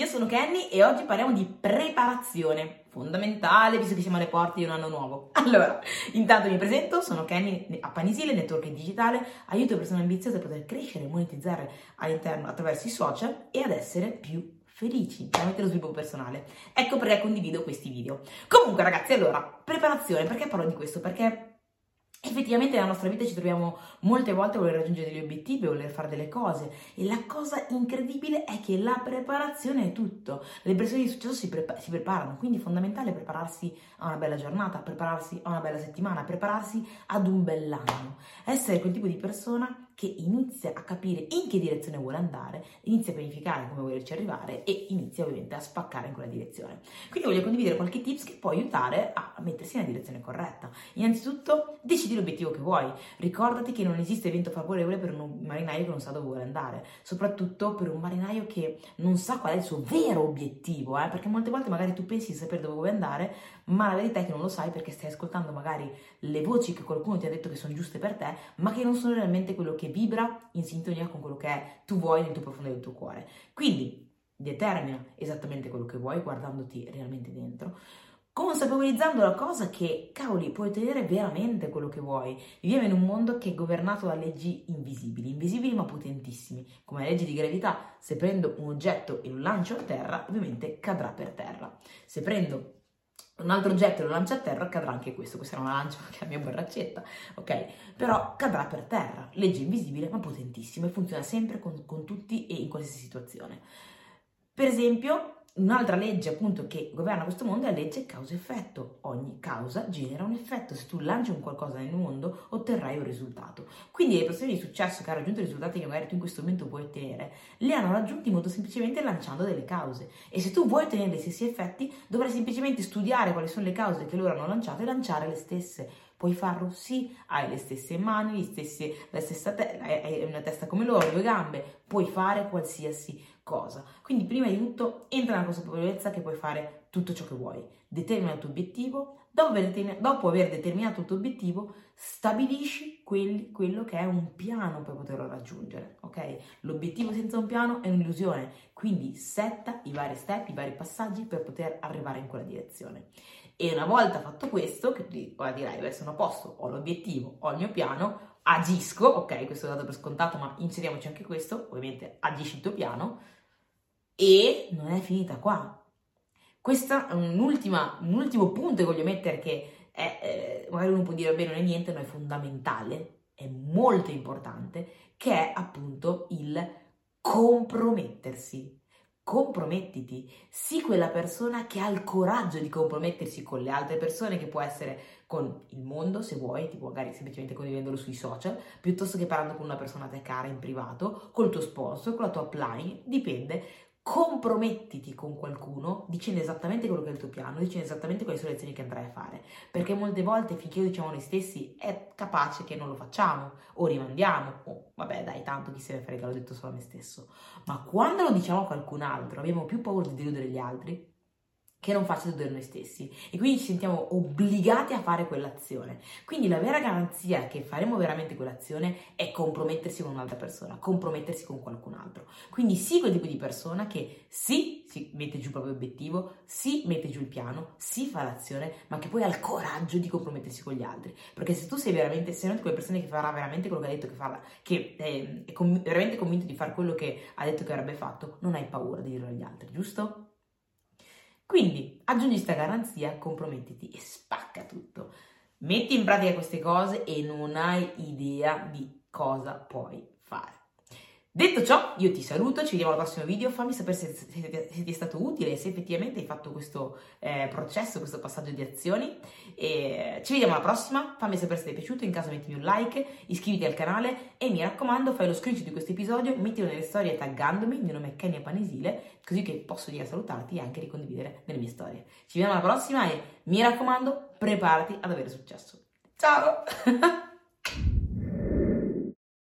io sono Kenny e oggi parliamo di preparazione, fondamentale visto che siamo alle porte di un anno nuovo. Allora, intanto mi presento, sono Kenny a Panisile, network digitale, aiuto persone ambiziose a poter crescere e monetizzare all'interno attraverso i social e ad essere più felici tramite lo sviluppo personale. Ecco perché condivido questi video. Comunque ragazzi, allora, preparazione, perché parlo di questo? Perché effettivamente nella nostra vita ci troviamo molte volte a voler raggiungere degli obiettivi, a voler fare delle cose e la cosa incredibile è che la preparazione è tutto. Le persone di successo si preparano, quindi è fondamentale prepararsi a una bella giornata, prepararsi a una bella settimana, prepararsi ad un bell'anno. Essere quel tipo di persona che inizia a capire in che direzione vuole andare, inizia a pianificare come volerci arrivare e inizia ovviamente a spaccare in quella direzione. Quindi voglio condividere qualche tips che può aiutare a mettersi nella direzione corretta. Innanzitutto, decidi l'obiettivo che vuoi. Ricordati che non esiste evento favorevole per un marinaio che non sa dove vuole andare, soprattutto per un marinaio che non sa qual è il suo vero obiettivo, perché molte volte magari tu pensi di sapere dove vuoi andare, ma la verità è che non lo sai perché stai ascoltando magari le voci che qualcuno ti ha detto che sono giuste per te, ma che non sono realmente quello che vibra in sintonia con quello che tu vuoi nel tuo profondo del tuo cuore. Quindi determina esattamente quello che vuoi guardandoti realmente dentro, consapevolizzando la cosa che, cavoli, puoi ottenere veramente quello che vuoi. Viviamo in un mondo che è governato da leggi invisibili ma potentissimi, come la legge di gravità. Se prendo un oggetto e lo lancio a terra, ovviamente cadrà per terra. Se prendo un altro oggetto e lo lancio a terra, cadrà anche questo. Questa è una lancia che è la mia borraccetta, ok? Però cadrà per terra. Legge invisibile ma potentissima e funziona sempre con tutti e in qualsiasi situazione. Per esempio, un'altra legge appunto che governa questo mondo è la legge causa-effetto. Ogni causa genera un effetto. Se tu lanci un qualcosa nel mondo, otterrai un risultato. Quindi le persone di successo che hanno raggiunto i risultati che magari tu in questo momento vuoi ottenere, li hanno raggiunti molto semplicemente lanciando delle cause. E se tu vuoi ottenere gli stessi effetti, dovrai semplicemente studiare quali sono le cause che loro hanno lanciato e lanciare le stesse. Puoi farlo? Sì, hai le stesse mani, hai una testa come loro, 2 gambe, puoi fare qualsiasi cosa. Quindi prima di tutto entra nella consapevolezza che puoi fare tutto ciò che vuoi. Determina il tuo obiettivo, dopo aver determinato il tuo obiettivo, stabilisci quello che è un piano per poterlo raggiungere, ok? L'obiettivo senza un piano è un'illusione, quindi setta i vari step, i vari passaggi per poter arrivare in quella direzione. E una volta fatto questo, che tu dirai, beh, sono a posto, ho l'obiettivo, ho il mio piano, agisco, ok, questo è dato per scontato, ma inseriamoci anche questo, ovviamente agisci il tuo piano, e non è finita qua. Questo è un ultimo punto che voglio mettere che è, magari uno può dire, beh, non è niente, ma è fondamentale, è molto importante, che è appunto il compromettersi. Compromettiti, sii quella persona che ha il coraggio di compromettersi con le altre persone, che può essere con il mondo se vuoi, tipo magari semplicemente condividendolo sui social, piuttosto che parlando con una persona a te cara in privato, col tuo sponsor, con la tua upline, dipende. Compromettiti con qualcuno dicendo esattamente quello che è il tuo piano, dicendo esattamente quali sono le azioni che andrai a fare, perché molte volte finché lo diciamo noi stessi è capace che non lo facciamo o rimandiamo o vabbè dai, tanto chi se ne frega, l'ho detto solo a me stesso. Ma quando lo diciamo a qualcun altro abbiamo più paura di deludere gli altri che non faccia deludere noi stessi e quindi ci sentiamo obbligati a fare quell'azione. Quindi la vera garanzia che faremo veramente quell'azione è compromettersi con un'altra persona, compromettersi con qualcun altro. Quindi sii quel tipo di persona che sì, si mette giù il proprio obiettivo, sì, mette giù il piano, sì, fa l'azione, ma che poi ha il coraggio di compromettersi con gli altri. Perché se tu sei una di quelle persone che farà veramente quello che ha detto che farà, che è veramente convinto di fare quello che ha detto che avrebbe fatto, non hai paura di dirlo agli altri, giusto? Quindi aggiungi questa garanzia, compromettiti e spacca tutto. Metti in pratica queste cose e non hai idea di cosa puoi fare. Detto ciò, io ti saluto, ci vediamo al prossimo video, fammi sapere se ti è stato utile, se effettivamente hai fatto questo processo, questo passaggio di azioni. E ci vediamo alla prossima, fammi sapere se ti è piaciuto, in caso mettimi un like, iscriviti al canale e mi raccomando fai lo screenshot di questo episodio, mettilo nelle storie taggandomi, il mio nome è Kenny Panisile, così che posso dire salutarti e anche ricondividere nelle mie storie. Ci vediamo alla prossima e mi raccomando, preparati ad avere successo. Ciao!